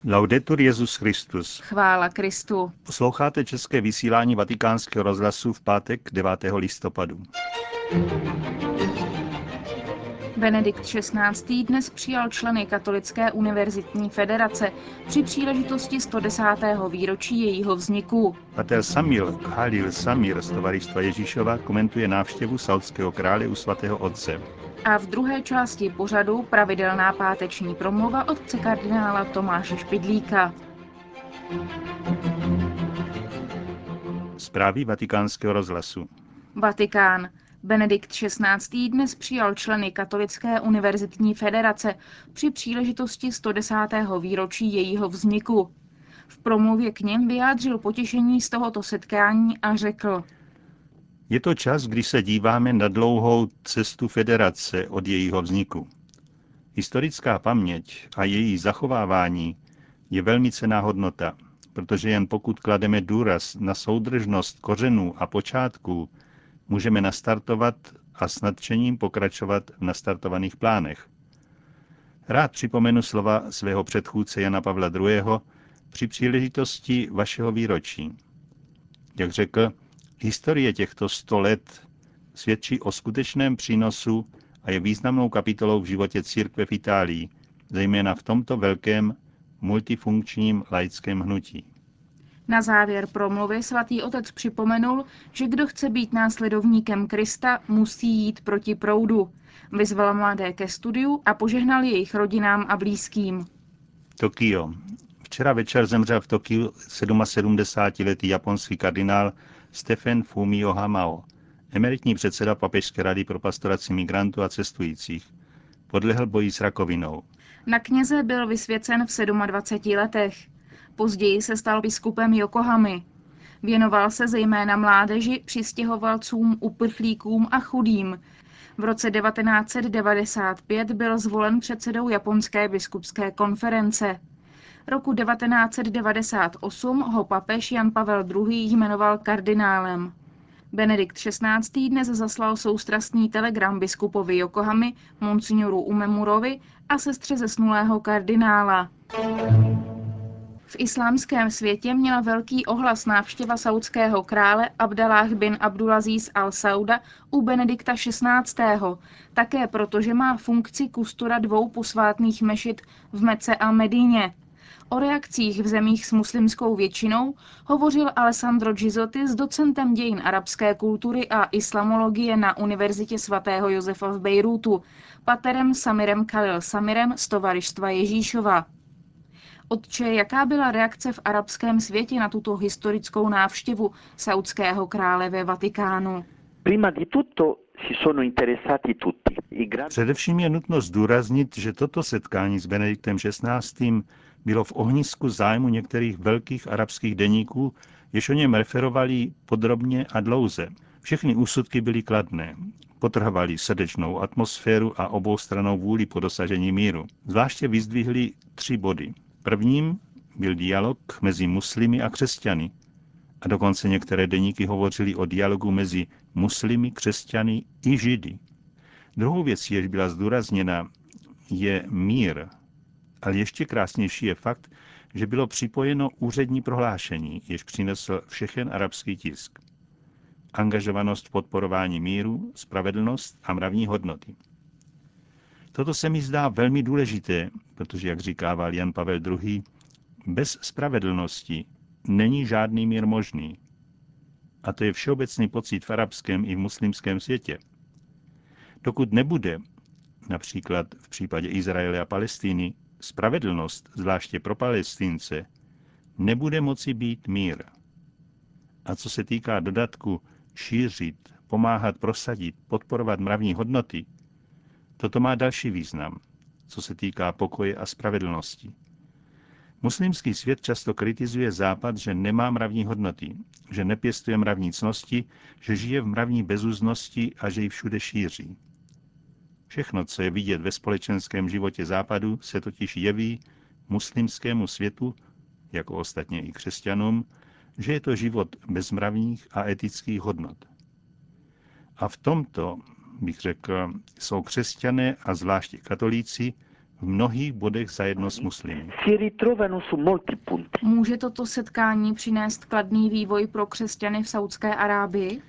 Laudetur Jesus Christus. Chvála Kristu. Posloucháte české vysílání Vatikánského rozhlasu v pátek 9. listopadu. Benedikt XVI. Dnes přijal členy Katolické univerzitní federace při příležitosti 110. výročí jejího vzniku. Pater Samil Khalil Samir z Tovaristva Ježíšova komentuje návštěvu saúdského krále u svatého otce. A v druhé části pořadu pravidelná páteční promluva otce kardinála Tomáše Špidlíka. Zprávy Vatikánského rozhlasu. Vatikán. Benedikt XVI. Dnes přijal členy Katolické univerzitní federace při příležitosti 110. výročí jejího vzniku. V promluvě k nim vyjádřil potěšení z tohoto setkání a řekl: Je to čas, kdy se díváme na dlouhou cestu federace od jejího vzniku. Historická paměť a její zachovávání je velmi cenná hodnota, protože jen pokud klademe důraz na soudržnost kořenů a počátků, můžeme nastartovat a s nadšením pokračovat v nastartovaných plánech. Rád připomenu slova svého předchůdce Jana Pavla II. Při příležitosti vašeho výročí. Jak řekl, historie těchto 100 let svědčí o skutečném přínosu a je významnou kapitolou v životě církve v Itálii, zejména v tomto velkém multifunkčním laickém hnutí. Na závěr promluvy svatý otec připomenul, že kdo chce být následovníkem Krista, musí jít proti proudu. Vyzval mladé ke studiu a požehnal jejich rodinám a blízkým. Tokio. Včera večer zemřel v Tokiu 77letý japonský kardinál Stephen Fumio Hamao, emeritní předseda Papežské rady pro pastoraci migrantů a cestujících. Podlehl boji s rakovinou. Na kněze byl vysvěcen v 27 letech. Později se stal biskupem Yokohamy. Věnoval se zejména mládeži, přistěhovalcům, uprchlíkům a chudým. V roce 1995 byl zvolen předsedou Japonské biskupské konference. Roku 1998 ho papež Jan Pavel II. Jmenoval kardinálem. Benedikt XVI. Dnes zaslal soustrastný telegram biskupovi Yokohamy, monsignoru Umemurovi a sestře zesnulého kardinála. V islámském světě měla velký ohlas návštěva saúdského krále Abdalláh bin Abdulaziz al-Sauda u Benedikta XVI. Také proto, že má funkci kustora 2 posvátných mešit v Mece a Medíně. O reakcích v zemích s muslimskou většinou hovořil Alessandro Gizotti s docentem dějin arabské kultury a islamologie na Univerzitě svatého Josefa v Bejrútu, paterem Samirem Khalil Samirem z Tovaristva Ježíšova. Otče, jaká byla reakce v arabském světě na tuto historickou návštěvu saúdského krále ve Vatikánu? Především je nutno zdůraznit, že toto setkání s Benediktem XVI. Bylo v ohnisku zájmu některých velkých arabských deníků, jež o něm referovali podrobně a dlouze. Všechny úsudky byly kladné. Potrhovali srdečnou atmosféru a oboustrannou vůli po dosažení míru. Zvláště vyzdvihli 3 body. Prvním byl dialog mezi muslimy a křesťany. A dokonce některé deníky hovořily o dialogu mezi muslimy, křesťany i židy. Druhou věcí, jež byla zdůrazněna, je mír. Ale ještě krásnější je fakt, že bylo připojeno úřední prohlášení, jež přinesl všechen arabský tisk. Angažovanost v podporování míru, spravedlnost a mravní hodnoty. Toto se mi zdá velmi důležité, protože, jak říkával Jan Pavel II., bez spravedlnosti není žádný mír možný. A to je všeobecný pocit v arabském i v muslimském světě. Dokud nebude, například v případě Izraele a Palestiny, spravedlnost, zvláště pro Palestince, nebude moci být mír. A co se týká dodatku šířit, pomáhat, prosadit, podporovat mravní hodnoty, toto má další význam, co se týká pokoje a spravedlnosti. Muslimský svět často kritizuje Západ, že nemá mravní hodnoty, že nepěstuje mravní ctnosti, že žije v mravní bezúznosti a že ji všude šíří. Všechno, co je vidět ve společenském životě Západu, se totiž jeví muslimskému světu, jako ostatně i křesťanům, že je to život bez mravních a etických hodnot. A v tomto, bych řekl, jsou křesťané a zvláště katolíci v mnohých bodech zajedno s muslimy. Může toto setkání přinést kladný vývoj pro křesťany v Saudské Arábii?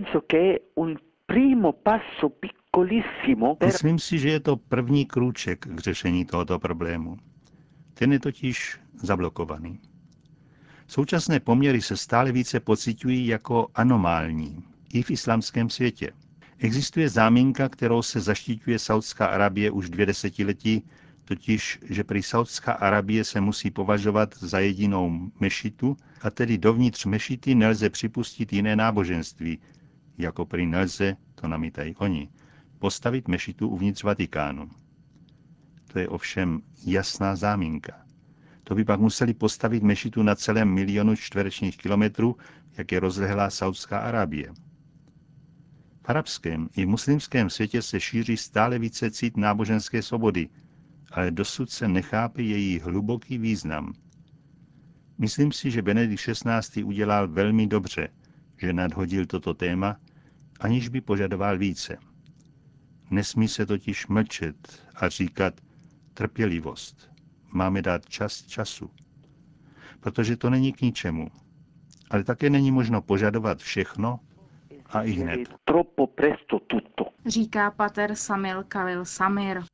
Myslím si, že je to první krůček k řešení tohoto problému. Ten je totiž zablokovaný. Současné poměry se stále více pociťují jako anomální, i v islámském světě. Existuje záminka, kterou se zaštiťuje Saudská Arábie už 2 desetiletí, totiž, že prý Saudská Arábie se musí považovat za jedinou mešitu, a tedy dovnitř mešity nelze připustit jiné náboženství, jako prý nelze, to namítají oni, postavit mešitu uvnitř Vatikánu. To je ovšem jasná záminka. To by pak museli postavit mešitu na celém 1 milionu čtverečních kilometrů, jak je rozlehlá Saudská Arábie. V arabském i muslimském světě se šíří stále více cit náboženské svobody, ale dosud se nechápe její hluboký význam. Myslím si, že Benedikt XVI. Udělal velmi dobře, že nadhodil toto téma, aniž by požadoval více. Nesmí se totiž mlčet a říkat trpělivost. Máme dát čas času. Protože to není k ničemu. Ale také není možno požadovat všechno a i hned. Říká pater Samil Khalil Samir.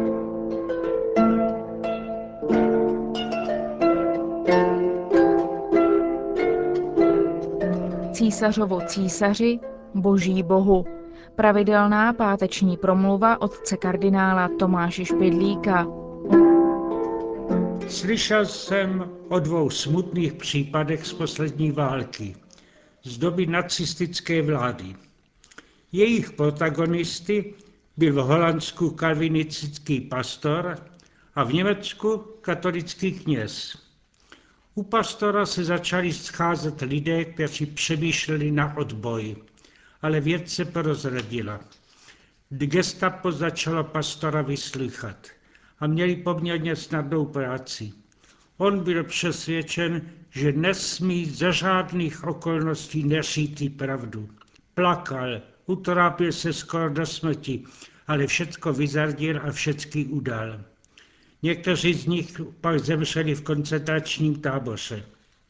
Císařovo císaři, boží bohu. Pravidelná páteční promluva otce kardinála Tomáše Špidlíka. Slyšel jsem o 2 smutných případech z poslední války, z doby nacistické vlády. Jejich protagonisty byl v Holandsku kalvinistický pastor a v Německu katolický kněz. U pastora se začali scházet lidé, kteří přemýšleli na odboj, ale věc se prozradila. Gestapo začalo pastora vyslýchat a měli poměrně snadnou práci. On byl přesvědčen, že nesmí za žádných okolností neříci pravdu. Plakal, utrápil se skoro do smrti, ale všecko vyzardil a všecky udal. Někteří z nich pak zemřeli v koncentračním táboře.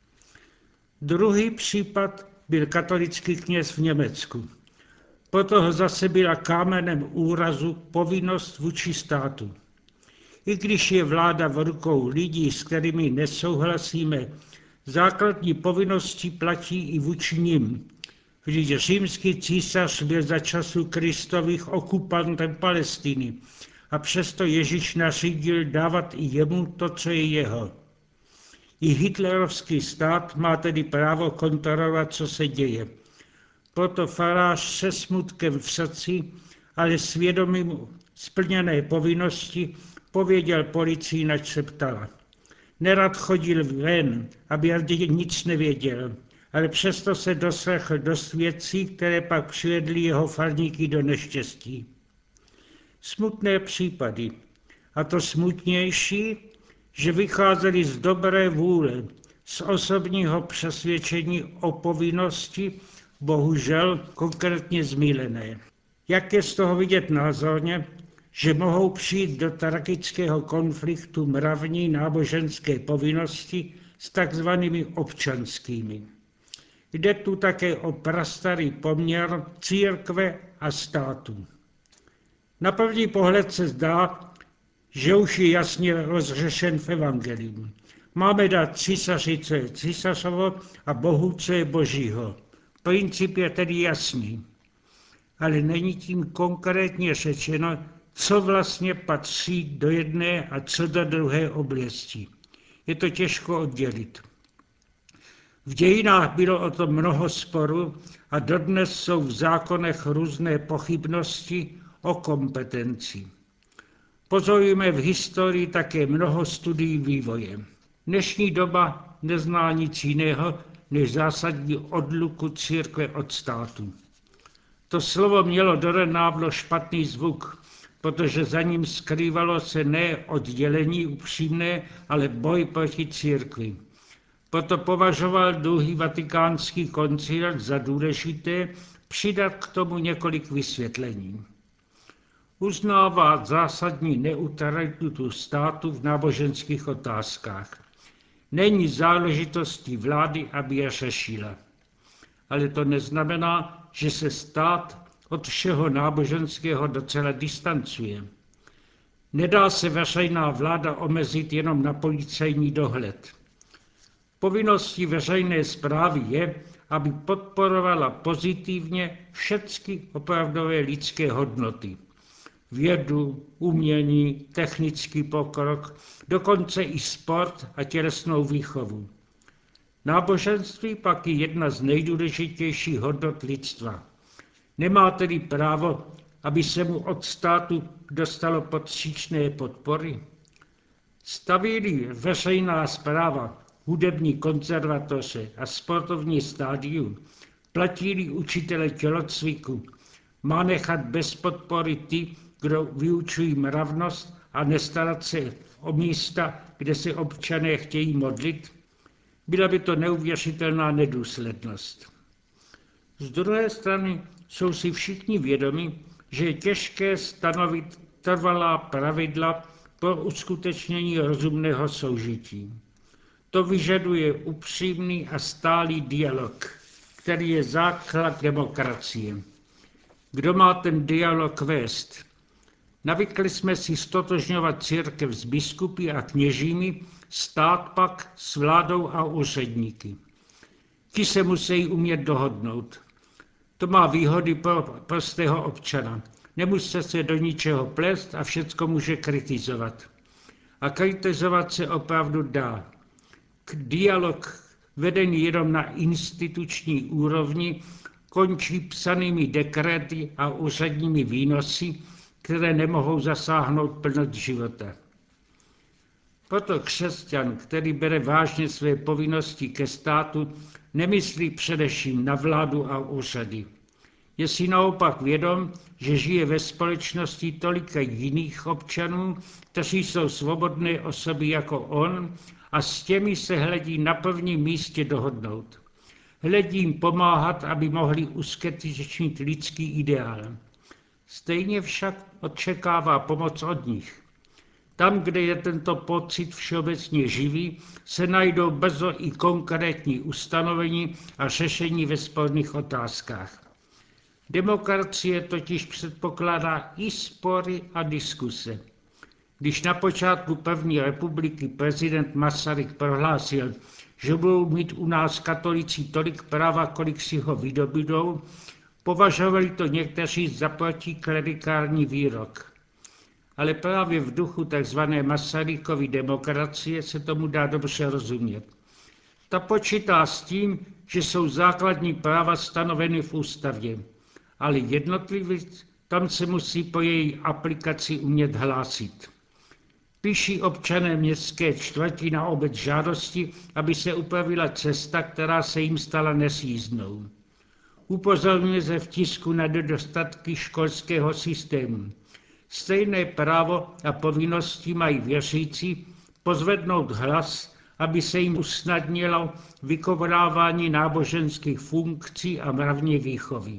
Druhý případ byl katolický kněz v Německu. Proto ho zase byla kámenem úrazu povinnost vůči státu. I když je vláda v rukou lidí, s kterými nesouhlasíme, základní povinnosti platí i vůči nim. Vždyť římský císař byl za časů Kristových okupantem Palestiny a přesto Ježíš nařídil dávat i jemu to, co je jeho. I hitlerovský stát má tedy právo kontrolovat, co se děje. Proto farář se smutkem v srdci, ale svědomím splněné povinnosti pověděl policii, nač se ptala. Nerad chodil ven, aby nic nevěděl, ale přesto se doslechl dost věcí, které pak přivedly jeho farníky do neštěstí. Smutné případy, a to smutnější, že vycházely z dobré vůle, z osobního přesvědčení o povinnosti, bohužel konkrétně zmýlené. Jak je z toho vidět názorně, že mohou přijít do tragického konfliktu mravní náboženské povinnosti s takzvanými občanskými. Jde tu také o prastarý poměr církve a státu. Na první pohled se zdá, že už je jasně rozřešen v evangeliu. Máme dát císaři, co je císařovo, a Bohu, co je božího. Princip je tedy jasný, ale není tím konkrétně řečeno, co vlastně patří do jedné a co do druhé oblasti. Je to těžko oddělit. V dějinách bylo o tom mnoho sporů a dodnes jsou v zákonech různé pochybnosti o kompetenci. Pozorujeme v historii také mnoho studií vývoje. Dnešní doba nezná nic jiného než zásadní odluku církve od státu. To slovo mělo dorenávno špatný zvuk, protože za ním skrývalo se ne oddělení upřímné, ale boj proti církvi. Proto považoval druhý vatikánský koncil za důležité přidat k tomu několik vysvětlení. Uznává zásadní neutralitu státu v náboženských otázkách. Není záležitostí vlády, aby je řešila. Ale to neznamená, že se stát od všeho náboženského docela distancuje. Nedá se veřejná vláda omezit jenom na policejní dohled. Povinností veřejné správy je, aby podporovala pozitivně všechny opravdové lidské hodnoty. Vědu, umění, technický pokrok, dokonce i sport a tělesnou výchovu. Náboženství pak je jedna z nejdůležitějších hodnot lidstva. Nemá tedy právo, aby se mu od státu dostalo patřičné podpory. Staví-li veřejná správa, hudební konzervatoře a sportovní stádium, platí-li učitele tělocviku, má nechat bez podpory ty, kdo vyučují mravnost a nestarat se o místa, kde se občané chtějí modlit? Byla by to neuvěřitelná nedůslednost. Z druhé strany jsou si všichni vědomi, že je těžké stanovit trvalá pravidla pro uskutečnění rozumného soužití. To vyžaduje upřímný a stálý dialog, který je základ demokracie. Kdo má ten dialog vést? Navykli jsme si stotožňovat církev s biskupy a kněžími, stát pak s vládou a úředníky. Ti se musí umět dohodnout. To má výhody pro prostého občana. Nemusí se do ničeho plést a všecko může kritizovat. A kritizovat se opravdu dá. Dialog vedený jenom na instituční úrovni končí psanými dekrety a úředními výnosy, které nemohou zasáhnout plnost života. Proto křesťan, který bere vážně své povinnosti ke státu, nemyslí především na vládu a úřady. Je si naopak vědom, že žije ve společnosti tolika jiných občanů, kteří jsou svobodné osoby jako on, a s těmi se hledí na prvním místě dohodnout. Hledí jim pomáhat, aby mohli uskutečnit lidský ideál. Stejně však očekává pomoc od nich. Tam, kde je tento pocit všeobecně živý, se najdou brzo i konkrétní ustanovení a řešení ve sporných otázkách. Demokracie totiž předpokládá i spory a diskuse. Když na počátku první republiky prezident Masaryk prohlásil, že budou mít u nás katolíci tolik práva, kolik si ho vydobydou, považovali to někteří za protiklerikální výrok. Ale právě v duchu tzv. Masarykovy demokracie se tomu dá dobře rozumět. Ta počítá s tím, že jsou základní práva stanoveny v ústavě, ale jednotlivec tam se musí po její aplikaci umět hlásit. Píší občané městské čtvrti na obec žádosti, aby se upravila cesta, která se jim stala nesjízdnou. Upozorňuje se v tisku na nedostatky školského systému. Stejné právo a povinnosti mají věřící pozvednout hlas, aby se jim usnadnilo vykonávání náboženských funkcí a mravní výchovy.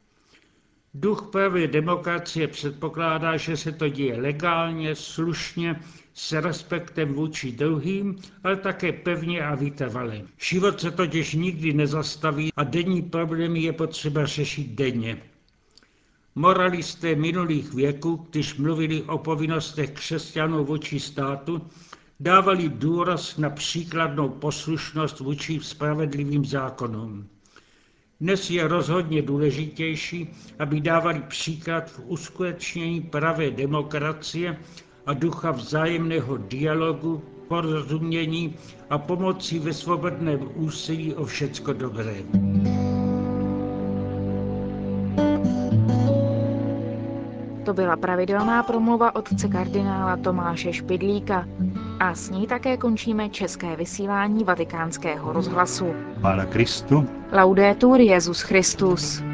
Duch pravé demokracie předpokládá, že se to děje legálně, slušně, s respektem vůči druhým, ale také pevně a vytrvale. Život se totiž nikdy nezastaví a denní problémy je potřeba řešit denně. Moralisté minulých věků, když mluvili o povinnostech křesťanů vůči státu, dávali důraz na příkladnou poslušnost vůči spravedlivým zákonům. Dnes je rozhodně důležitější, aby dávali příklad v uskutečnění pravé demokracie a ducha vzájemného dialogu, porozumění a pomoci ve svobodném úsilí o všecko dobré. To byla pravidelná promluva otce kardinála Tomáše Špidlíka. A s ní také končíme české vysílání Vatikánského rozhlasu. Chvála Kristu. Laudetur Jesus Christus.